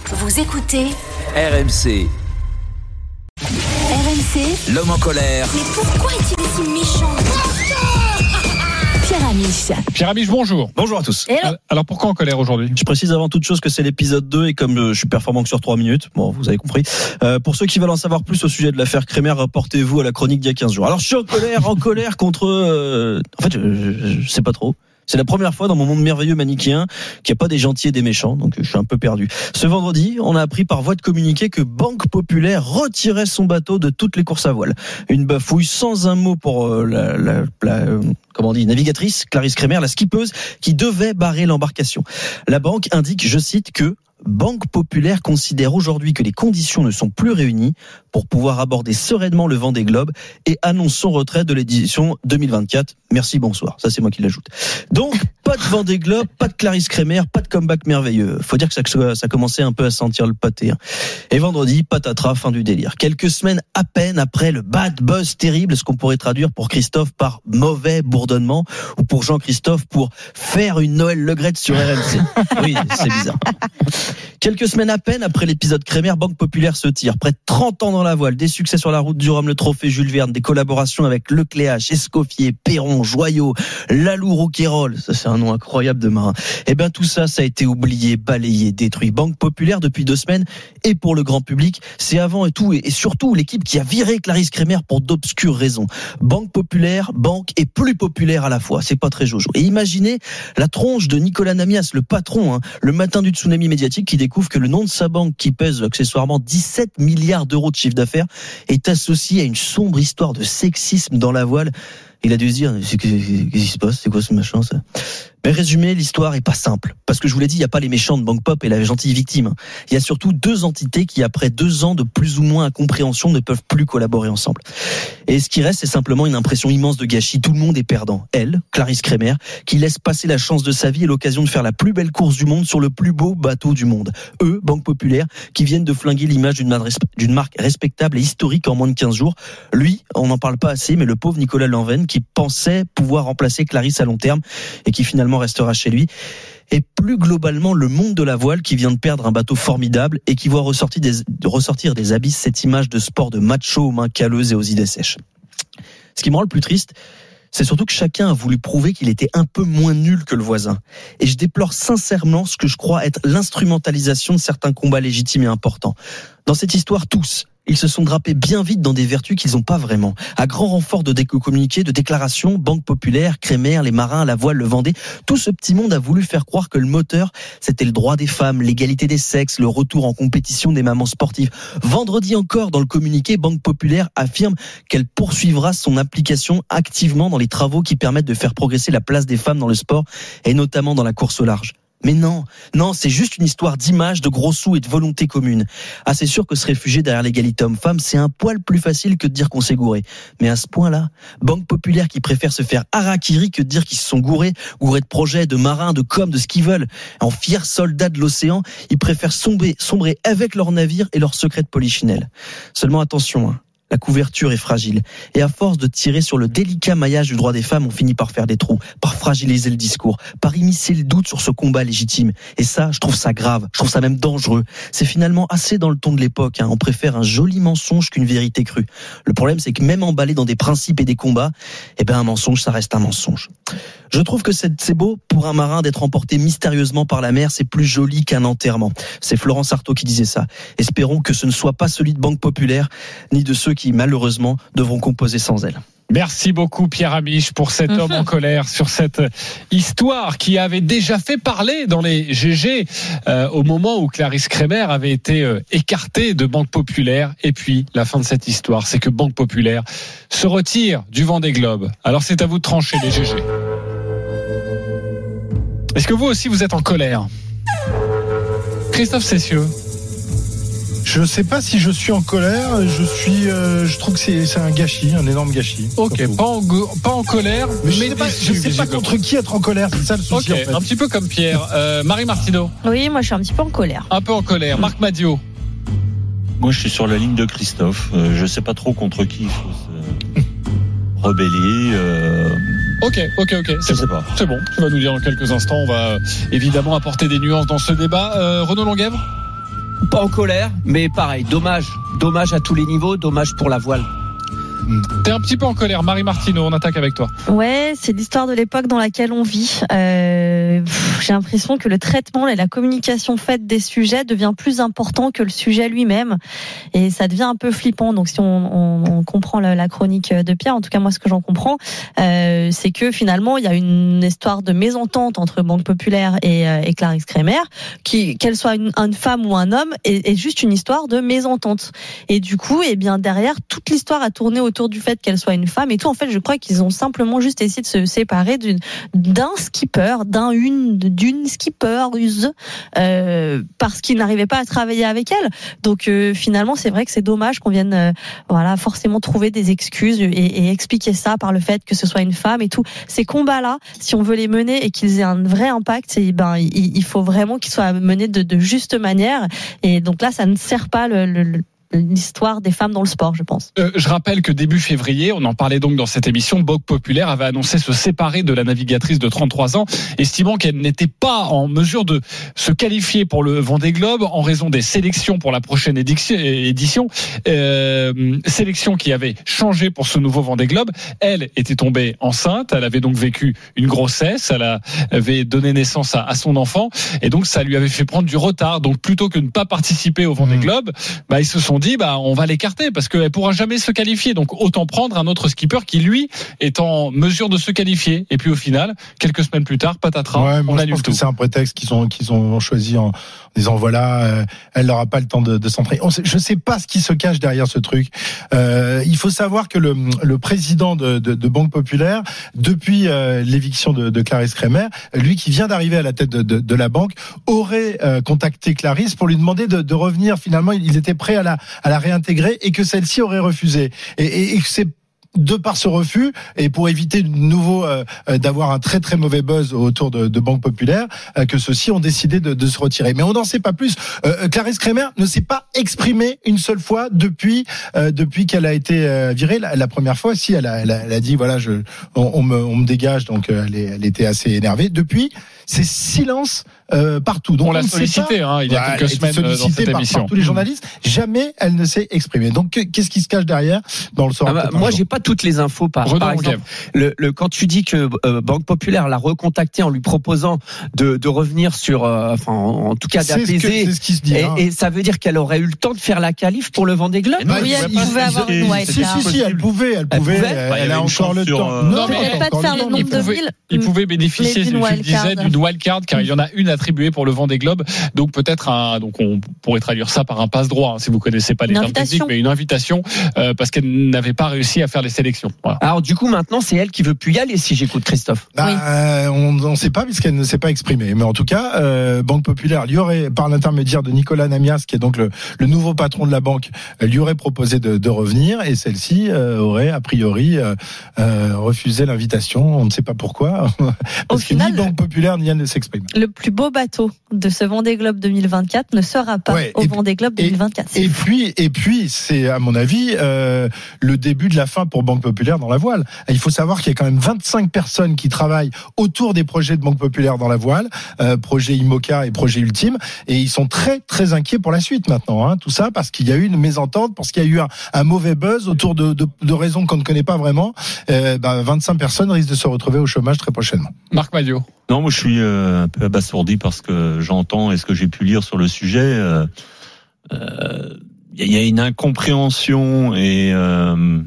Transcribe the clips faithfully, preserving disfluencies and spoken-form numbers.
Vous écoutez R M C. R M C. L'homme en colère. Mais pourquoi est-il si méchant? Pierre Amiche. Pierre Amiche, bonjour. Bonjour à tous. Alors, alors pourquoi en colère aujourd'hui? Je précise avant toute chose que c'est l'épisode deux et comme euh, je suis performant que sur trois minutes, bon vous avez compris, euh, pour ceux qui veulent en savoir plus au sujet de l'affaire Kremer, rapportez-vous à la chronique d'il y a quinze jours. Alors je suis en colère, en colère contre... Euh, en fait, je, je, je sais pas trop. C'est la première fois dans mon monde merveilleux manichéen qu'il n'y a pas des gentils et des méchants, donc je suis un peu perdu. Ce vendredi, on a appris par voie de communiqué que Banque Populaire retirait son bateau de toutes les courses à voile. Une bafouille sans un mot pour euh, la, la, la euh, comment on dit, navigatrice, Clarisse Kremer, la skippeuse, qui devait barrer l'embarcation. La banque indique, je cite, que Banque Populaire considère aujourd'hui que les conditions ne sont plus réunies pour pouvoir aborder sereinement le Vendée Globe et annonce son retrait de l'édition deux mille vingt-quatre. Merci, bonsoir. Ça, c'est moi qui l'ajoute. Donc, pas de Vendée Globe, pas de Clarisse Kremer, pas de comeback merveilleux. Faut dire que ça, ça commençait un peu à sentir le pâté. Hein. Et vendredi, patatras, fin du délire. Quelques semaines à peine après le bad buzz terrible, ce qu'on pourrait traduire pour Christophe par mauvais bourdonnement ou pour Jean-Christophe pour faire une Noël Legrette sur R M C. Oui, c'est bizarre. Quelques semaines à peine après l'épisode Kremer, Banque Populaire se tire. Près de trente ans dans la voile, des succès sur la route du Rhum, le trophée Jules Verne, des collaborations avec Lecléache, Escoffier, Perron, Joyau, Lalou, Rouquayrol. Ça, c'est un nom incroyable de marin. Eh ben, tout ça, ça a été oublié, balayé, détruit. Banque Populaire, depuis deux semaines, et pour le grand public, c'est avant et tout, et surtout l'équipe qui a viré Clarisse Kremer pour d'obscures raisons. Banque Populaire, banque et plus populaire à la fois. C'est pas très jojo. Et imaginez la tronche de Nicolas Namias, le patron, hein, le matin du tsunami médiatique, qui découvre que le nom de sa banque, qui pèse accessoirement dix-sept milliards d'euros de chiffre d'affaires, est associé à une sombre histoire de sexisme dans la voile. Il a dû se dire, qu'est-ce qui se passe? C'est quoi ce machin, ça? Mais résumé, l'histoire est pas simple. Parce que je vous l'ai dit, il n'y a pas les méchants de Banque Pop et la gentille victime. Il y a surtout deux entités qui, après deux ans de plus ou moins incompréhension, ne peuvent plus collaborer ensemble. Et ce qui reste, c'est simplement une impression immense de gâchis. Tout le monde est perdant. Elle, Clarisse Kremer, qui laisse passer la chance de sa vie et l'occasion de faire la plus belle course du monde sur le plus beau bateau du monde. Eux, Banque Populaire, qui viennent de flinguer l'image d'une marque respectable et historique en moins de quinze jours. Lui, on n'en parle pas assez, mais le pauvre Nicolas Lanven, qui pensait pouvoir remplacer Clarisse à long terme et qui finalement restera chez lui. Et plus globalement, le monde de la voile qui vient de perdre un bateau formidable et qui voit ressortir des, ressortir des abysses cette image de sport de macho aux mains calleuses et aux idées sèches. Ce qui me rend le plus triste, c'est surtout que chacun a voulu prouver qu'il était un peu moins nul que le voisin. Et je déplore sincèrement ce que je crois être l'instrumentalisation de certains combats légitimes et importants. Dans cette histoire, tous, ils se sont drapés bien vite dans des vertus qu'ils n'ont pas vraiment. À grand renfort de communiqués, de déclarations, Banque Populaire, Kremer, les marins, la voile, le Vendée, tout ce petit monde a voulu faire croire que le moteur, c'était le droit des femmes, l'égalité des sexes, le retour en compétition des mamans sportives. Vendredi encore, dans le communiqué, Banque Populaire affirme qu'elle poursuivra son application activement dans les travaux qui permettent de faire progresser la place des femmes dans le sport et notamment dans la course au large. Mais non, non, c'est juste une histoire d'image, de gros sous et de volonté commune. Ah, c'est sûr que se réfugier derrière l'égalité homme-femme, c'est un poil plus facile que de dire qu'on s'est gouré. Mais à ce point-là, Banque Populaire qui préfère se faire harakiri que de dire qu'ils se sont gourés, gourés de projets, de marins, de com, de ce qu'ils veulent. En fiers soldats de l'océan, ils préfèrent sombrer, sombrer avec leurs navires et leurs secrets de polichinelle. Seulement attention, hein. La couverture est fragile. Et à force de tirer sur le délicat maillage du droit des femmes, on finit par faire des trous, par fragiliser le discours, par immiscer le doute sur ce combat légitime. Et ça, je trouve ça grave, je trouve ça même dangereux. C'est finalement assez dans le ton de l'époque. Hein. On préfère un joli mensonge qu'une vérité crue. Le problème, c'est que même emballé dans des principes et des combats, eh ben un mensonge, ça reste un mensonge. Je trouve que c'est, c'est beau pour un marin d'être emporté mystérieusement par la mer, c'est plus joli qu'un enterrement. C'est Florence Artaud qui disait ça. Espérons que ce ne soit pas celui de Banque Populaire, ni de ceux qui, malheureusement, devront composer sans elle. Merci beaucoup Pierre Amiche pour cet homme en colère sur cette histoire qui avait déjà fait parler dans les G G euh, au moment où Clarisse Kremer avait été euh, écartée de Banque Populaire. Et puis la fin de cette histoire, c'est que Banque Populaire se retire du Vendée Globe. Alors c'est à vous de trancher les G G. Est-ce que vous aussi vous êtes en colère? Christophe Cessieux. Je ne sais pas si je suis en colère. Je suis, euh, je trouve que c'est, c'est un gâchis, un énorme gâchis. Ok, pas en, pas en colère, mais, mais je mais sais pas, déçu, je sais pas contre qui être en colère. C'est ça le souci. Ok, en fait. un petit peu comme Pierre. Euh, Marie Martineau. Oui, moi je suis un petit peu en colère. Un peu en colère. Marc Madiot. Moi, je suis sur la ligne de Christophe. Euh, je ne sais pas trop contre qui il faut se rebeller. Euh... Ok, ok, ok. C'est je sais bon. pas. C'est bon. Tu vas nous dire dans quelques instants. On va évidemment apporter des nuances dans ce débat. Euh, Renaud Longuèvre. Pas en colère, mais pareil, dommage. Dommage à tous les niveaux, dommage pour la voile. T'es un petit peu en colère, Marie Martineau, on attaque avec toi. Ouais, c'est l'histoire de l'époque dans laquelle on vit. Euh, pff, j'ai l'impression que le traitement et la communication faite des sujets devient plus important que le sujet lui-même, et ça devient un peu flippant. Donc, si on, on, on comprend la, la chronique de Pierre, en tout cas moi, ce que j'en comprends, euh, c'est que finalement, il y a une histoire de mésentente entre Banque Populaire et, euh, et Clarisse Kremer, qui, qu'elle soit une, une femme ou un homme, est, est juste une histoire de mésentente. Et du coup, eh bien derrière, toute l'histoire a tourné autour du fait qu'elle soit une femme et tout. En fait, je crois qu'ils ont simplement juste essayé de se séparer d'une, d'un skipper, d'un une, d'une skippeuse, euh, parce qu'ils n'arrivaient pas à travailler avec elle. Donc euh, finalement, c'est vrai que c'est dommage qu'on vienne, euh, voilà, forcément trouver des excuses et, et expliquer ça par le fait que ce soit une femme et tout. Ces combats-là, si on veut les mener et qu'ils aient un vrai impact, c'est, ben il, il faut vraiment qu'ils soient menés de, de juste manière. Et donc là, ça ne sert pas le, le, le l'histoire des femmes dans le sport, je pense. Euh, je rappelle que début février, on en parlait donc dans cette émission, Banque Populaire avait annoncé se séparer de la navigatrice de trente-trois ans, estimant qu'elle n'était pas en mesure de se qualifier pour le Vendée Globe en raison des sélections pour la prochaine édition, euh, sélection qui avait changé pour ce nouveau Vendée Globe. Elle était tombée enceinte, elle avait donc vécu une grossesse, elle avait donné naissance à, à son enfant, et donc ça lui avait fait prendre du retard. Donc plutôt que de ne pas participer au Vendée Globe, bah, ils se sont dit bah on va l'écarter parce qu'elle pourra jamais se qualifier, donc autant prendre un autre skipper qui lui est en mesure de se qualifier. Et puis au final, quelques semaines plus tard, patatras, ouais, on moi, annule je pense tout. que c'est un prétexte qu'ils ont qu'ils ont choisi en disant voilà, euh, elle n'aura pas le temps de, de s'entraîner. On sait, je sais pas ce qui se cache derrière ce truc. Euh, il faut savoir que le, le président de, de, de Banque Populaire, depuis euh, l'éviction de, de Clarisse Kremer, lui qui vient d'arriver à la tête de, de, de la banque, aurait euh, contacté Clarisse pour lui demander de, de revenir. Finalement, il était prêt à la à la réintégrer et que celle-ci aurait refusé. Et, et, et c'est de par ce refus et pour éviter de nouveau euh, d'avoir un très très mauvais buzz autour de, de Banque Populaire, euh, que ceux-ci ont décidé de, de se retirer. Mais on n'en sait pas plus. Euh, Clarisse Kremer ne s'est pas exprimée une seule fois depuis euh, depuis qu'elle a été euh, virée. La, la première fois, si elle a, elle a, elle a dit voilà, je on, on me on me dégage. Donc euh, elle, est, elle était assez énervée. Depuis, c'est silence euh, partout. Donc on, on l'a ne sait sollicité pas, hein, il y a voilà, quelques semaines dans cette par, émission. par tous les journalistes. Jamais elle ne s'est exprimée. Donc qu'est-ce qui se cache derrière? Dans le sort. Ah bah, moi, j'ai pas toutes les infos. Par, par exemple, le, le, quand tu dis que euh, Banque Populaire l'a recontacté en lui proposant de, de revenir sur, euh, enfin, en, en tout cas d'apaiser, c'est, c'est ce qui se dit, et, hein. et ça veut dire qu'elle aurait eu le temps de faire la qualif pour le Vendée Globe. Bah, oui, elle pouvait avoir une wildcard. Si, si, si, elle pouvait, elle pouvait, elle, elle, elle a encore le temps. Euh, non, mais peut-être pas de faire le nombre de villes. Il pouvait bénéficier, d'une wildcard, d'une wildcard, car il y en a une attribuée pour le Vendée Globe. Donc peut-être un, donc on pourrait traduire ça par un passe droit, hein, si vous connaissez pas les termes techniques, mais une invitation euh, parce qu'elle n'avait pas réussi à faire les sélections. Voilà. Alors du coup maintenant c'est elle qui veut plus y aller, si j'écoute Christophe. Bah, oui. euh, on ne sait pas puisqu'elle ne s'est pas exprimée. Mais en tout cas, euh, Banque Populaire lui aurait, par l'intermédiaire de Nicolas Namias, qui est donc le, le nouveau patron de la banque, lui aurait proposé de, de revenir, et celle-ci euh, aurait a priori euh, euh, refusé l'invitation. On ne sait pas pourquoi, parce Au que final, ni Banque Populaire ni elle ne s'exprime. Le plus beau bateau de ce Vendée Globe deux mille vingt-quatre ne sera pas ouais, au Vendée Globe deux mille vingt-quatre. Et, et puis, et puis, c'est à mon avis euh, le début de la fin pour Banque Populaire dans la voile. Il faut savoir qu'il y a quand même vingt-cinq personnes qui travaillent autour des projets de Banque Populaire dans la voile, euh, projet IMOCA et projet Ultime, et ils sont très très inquiets pour la suite maintenant. Hein, tout ça parce qu'il y a eu une mésentente, parce qu'il y a eu un, un mauvais buzz autour de, de, de raisons qu'on ne connaît pas vraiment. Euh, bah, vingt-cinq personnes risquent de se retrouver au chômage très prochainement. Marc Madio. Non, moi je suis euh, un peu abasourdi parce que j'entends et ce que j'ai pu lire sur le sujet. Euh, euh, il y a une incompréhension et, euh,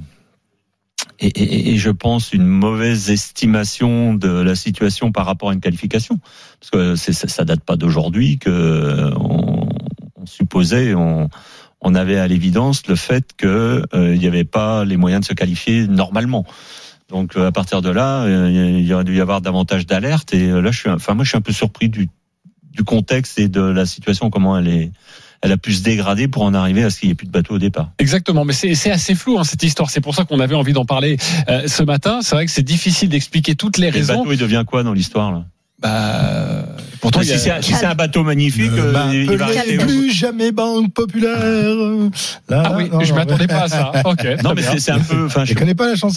et, et, et je pense une mauvaise estimation de la situation par rapport à une qualification. Parce que c'est, ça date pas d'aujourd'hui que on, on supposait, on, on avait à l'évidence le fait que euh, il n'y avait pas les moyens de se qualifier normalement. Donc à partir de là, il aurait dû y avoir davantage d'alerte. Et là, je suis, enfin moi, je suis un peu surpris du, du contexte et de la situation, comment elle est. Elle a pu se dégrader pour en arriver à ce qu'il n'y ait plus de bateau au départ. Exactement, mais c'est, c'est assez flou hein, cette histoire. C'est pour ça qu'on avait envie d'en parler euh, ce matin. C'est vrai que c'est difficile d'expliquer toutes les et raisons. Le bateau, il devient quoi dans l'histoire là? Bah, pourtant, bah, il y a... si, c'est un, si c'est un bateau magnifique, ne euh, il va rester plus jamais Banque Populaire. Là, ah oui, non, je non, m'attendais mais... pas à ça. Ok. Non, mais c'est, c'est un peu. Enfin, je ne connais pas la chanson.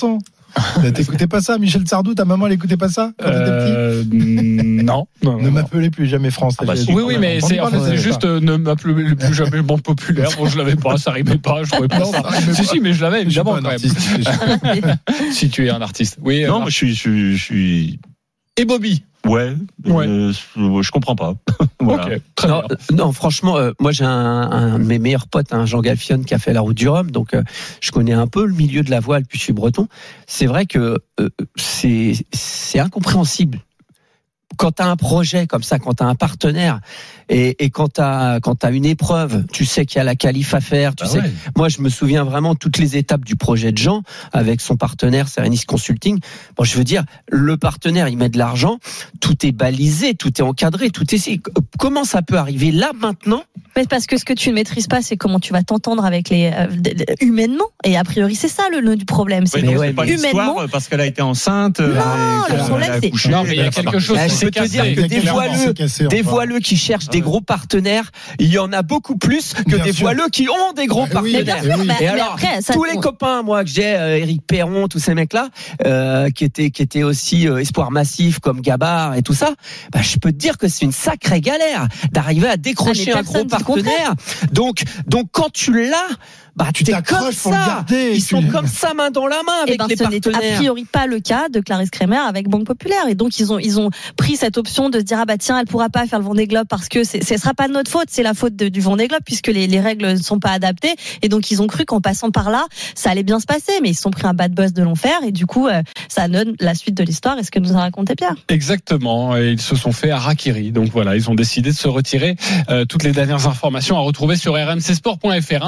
T'écoutais pas ça, Michel Sardou, ta maman, elle écoutait pas ça quand euh, t'étais petit? Non. non ne m'appelez plus jamais France. Ah bah, J'ai- si, Oui, oui, mais c'est, en fait, c'est juste euh, ne m'appelez plus jamais Banque Populaire. Bon, je l'avais pas, ça rimait pas, je trouvais pas Non, ça. ça rimait Si, pas. si, mais je l'avais Je suis évidemment pas un quand même. artiste, je- Si tu es un artiste. Oui. Non, euh, moi, je suis, je suis, je suis, Et Bobby. ouais, Ouais. euh, je comprends pas. Voilà. Ok, très Non, bien. euh, non, franchement, euh, moi j'ai un, un de mes meilleurs potes, un Jean Galfione, qui a fait la route du Rhum, donc euh, je connais un peu le milieu de la voile, puis je suis breton. C'est vrai que euh, c'est c'est incompréhensible. Quand tu as un projet comme ça, quand tu as un partenaire et, et quand tu as quand tu as une épreuve, tu sais qu'il y a la qualif à faire, tu Bah sais. ouais. Moi, je me souviens vraiment toutes les étapes du projet de Jean avec son partenaire Serenis Consulting. Bon, je veux dire, le partenaire, il met de l'argent, tout est balisé, tout est encadré, tout est comment ça peut arriver là maintenant? Mais parce que ce que tu ne maîtrises pas, c'est comment tu vas t'entendre avec les euh, humainement. Et a priori, c'est ça le nœud du problème. C'est Ouais, que donc, ouais, c'est pas humainement. l'histoire parce qu'elle a été enceinte. Non, euh, le et qu'elle problème, a c'est- accouché. Non, mais il y a quelque chose Bah, qui je s'est peux te dire cassé. que Il y a des clairement, voileux, c'est cassé, des enfin. voileux qui cherchent des Ouais. gros partenaires, il y en a beaucoup plus que Bien des sûr. voileux qui ont des gros Bah oui, Mais bien partenaires. sûr, oui. bah, Et mais alors, après, ça, tous les on- copains, moi, que j'ai, euh, Éric Perron, tous ces mecs-là, euh, qui étaient, qui étaient aussi euh, espoirs massifs comme Gabard et tout ça, bah, je peux te dire que c'est une sacrée galère d'arriver à décrocher Ah, mais un gros personne dit le contraire. partenaire. Donc, donc quand tu l'as, bah, tu t'es comme t'accroches pour le ça. garder, Ils tu- sont comme ça, main dans la main Eh avec ben, les ce n'est a partenaires. priori pas le cas de Clarisse Kremer avec Banque Populaire. Et donc, ils ont, ils ont pris cette option de se dire, ah bah tiens, elle pourra pas faire le Vendée Globe parce que c'est, ce sera pas de notre faute, c'est la faute de- du Vendée Globe puisque les, les règles ne sont pas adaptées. Et donc, ils ont cru qu'en passant par là, ça allait bien se passer. Mais ils se sont pris un bad buzz de l'enfer. Et du coup, euh, ça donne la suite de l'histoire et ce que nous a raconté Pierre. Exactement, et ils se sont fait harakiri. Donc voilà, ils ont décidé de se retirer. Euh, toutes les dernières informations à retrouver sur r m c sport point f r.